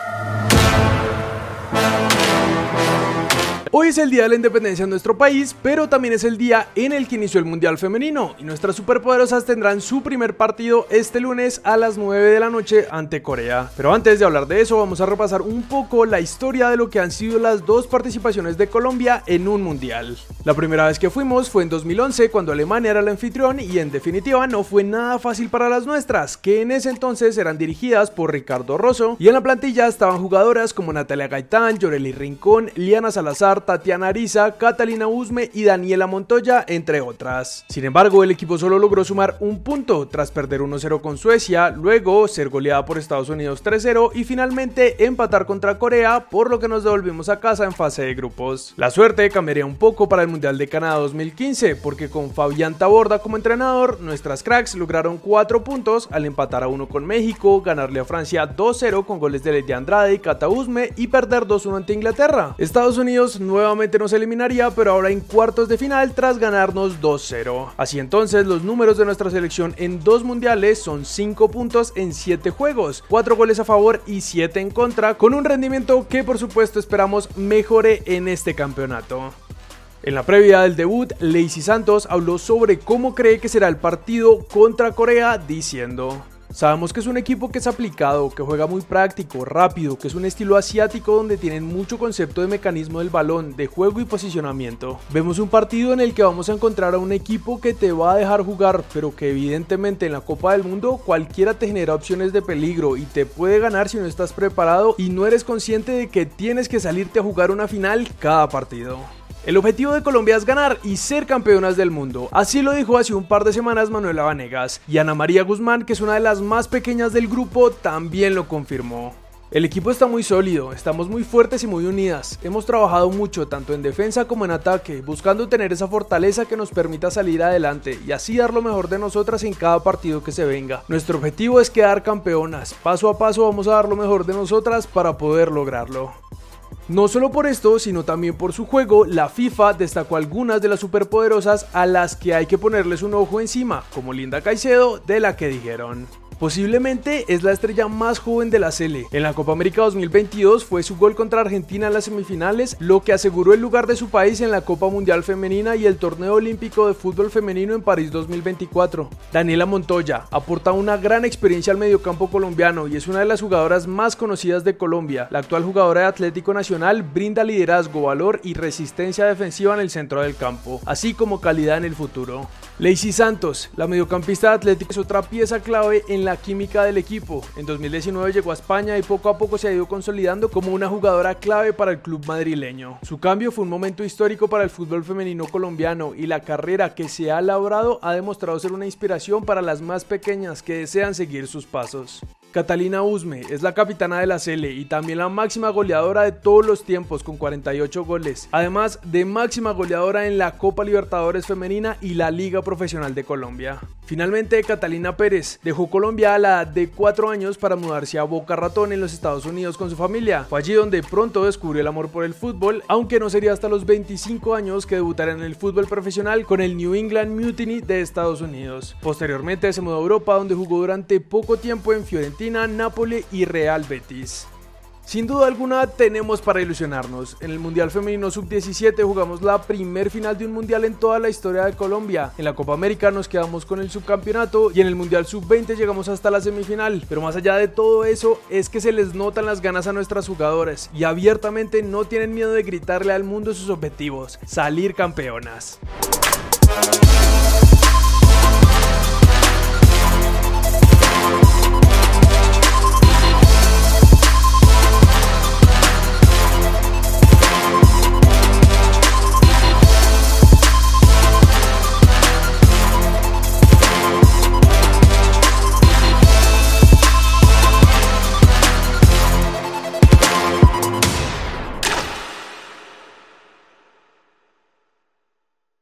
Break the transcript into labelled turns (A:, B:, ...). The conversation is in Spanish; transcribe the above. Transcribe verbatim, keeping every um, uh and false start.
A: Hoy es el día de la independencia en nuestro país, pero también es el día en el que inició el Mundial Femenino y nuestras superpoderosas tendrán su primer partido este lunes a las nueve de la noche ante Corea. Pero antes de hablar de eso, vamos a repasar un poco la historia de lo que han sido las dos participaciones de Colombia en un Mundial. La primera vez que fuimos fue en dos mil once, cuando Alemania era el anfitrión, y en definitiva no fue nada fácil para las nuestras, que en ese entonces eran dirigidas por Ricardo Rosso, y en la plantilla estaban jugadoras como Natalia Gaitán, Yoreli Rincón, Liana Salazar, Tatiana Ariza, Catalina Usme y Daniela Montoya, entre otras. Sin embargo, el equipo solo logró sumar un punto tras perder uno cero con Suecia, luego ser goleada por Estados Unidos tres cero y finalmente empatar contra Corea, por lo que nos devolvimos a casa en fase de grupos. La suerte cambiaría un poco para el Mundial de Canadá dos mil quince, porque con Fabián Taborda como entrenador, nuestras cracks lograron cuatro puntos al empatar a uno con México, ganarle a Francia dos cero con goles de Lady Andrade y Cata Usme y perder dos uno ante Inglaterra. Estados Unidos nuevamente nos eliminaría, pero ahora en cuartos de final tras ganarnos dos cero. Así entonces, los números de nuestra selección en dos mundiales son cinco puntos en siete juegos, cuatro goles a favor y siete en contra, con un rendimiento que por supuesto esperamos mejore en este campeonato. En la previa del debut, Lacey Santos habló sobre cómo cree que será el partido contra Corea, diciendo: sabemos que es un equipo que es aplicado, que juega muy práctico, rápido, que es un estilo asiático donde tienen mucho concepto de mecanismo del balón, de juego y posicionamiento. Vemos un partido en el que vamos a encontrar a un equipo que te va a dejar jugar, pero que evidentemente en la Copa del Mundo cualquiera te genera opciones de peligro y te puede ganar si no estás preparado y no eres consciente de que tienes que salirte a jugar una final cada partido. El objetivo de Colombia es ganar y ser campeonas del mundo, así lo dijo hace un par de semanas Manuela Vanegas, y Ana María Guzmán, que es una de las más pequeñas del grupo, también lo confirmó. El equipo está muy sólido, estamos muy fuertes y muy unidas, hemos trabajado mucho tanto en defensa como en ataque, buscando tener esa fortaleza que nos permita salir adelante y así dar lo mejor de nosotras en cada partido que se venga. Nuestro objetivo es quedar campeonas, paso a paso vamos a dar lo mejor de nosotras para poder lograrlo. No solo por esto, sino también por su juego, la FIFA destacó algunas de las superpoderosas a las que hay que ponerles un ojo encima, como Linda Caicedo, de la que dijeron: posiblemente es la estrella más joven de la Sele. En la Copa América dos mil veintidós fue su gol contra Argentina en las semifinales lo que aseguró el lugar de su país en la Copa Mundial Femenina y el Torneo Olímpico de Fútbol Femenino en París dos mil veinticuatro. Daniela Montoya aporta una gran experiencia al mediocampo colombiano y es una de las jugadoras más conocidas de Colombia. La actual jugadora de Atlético Nacional brinda liderazgo, valor y resistencia defensiva en el centro del campo, así como calidad en el futuro. Lacey Santos, la mediocampista de Atlético, es otra pieza clave en la química del equipo. En dos mil diecinueve llegó a España y poco a poco se ha ido consolidando como una jugadora clave para el club madrileño. Su cambio fue un momento histórico para el fútbol femenino colombiano y la carrera que se ha labrado ha demostrado ser una inspiración para las más pequeñas que desean seguir sus pasos. Catalina Usme es la capitana de la Sele y también la máxima goleadora de todos los tiempos con cuarenta y ocho goles, además de máxima goleadora en la Copa Libertadores Femenina y la Liga Profesional de Colombia. Finalmente, Catalina Pérez dejó Colombia a la edad de cuatro años para mudarse a Boca Ratón en los Estados Unidos con su familia. Fue allí donde pronto descubrió el amor por el fútbol, aunque no sería hasta los veinticinco años que debutará en el fútbol profesional con el New England Mutiny de Estados Unidos. Posteriormente se mudó a Europa, donde jugó durante poco tiempo en Fiorentina, Napoli y Real Betis. Sin duda alguna tenemos para ilusionarnos. En el Mundial Femenino sub diecisiete jugamos la primer final de un mundial en toda la historia de Colombia. En la Copa América nos quedamos con el subcampeonato y en el Mundial sub veinte llegamos hasta la semifinal. Pero más allá de todo eso es que se les notan las ganas a nuestras jugadoras y abiertamente no tienen miedo de gritarle al mundo sus objetivos: salir campeonas.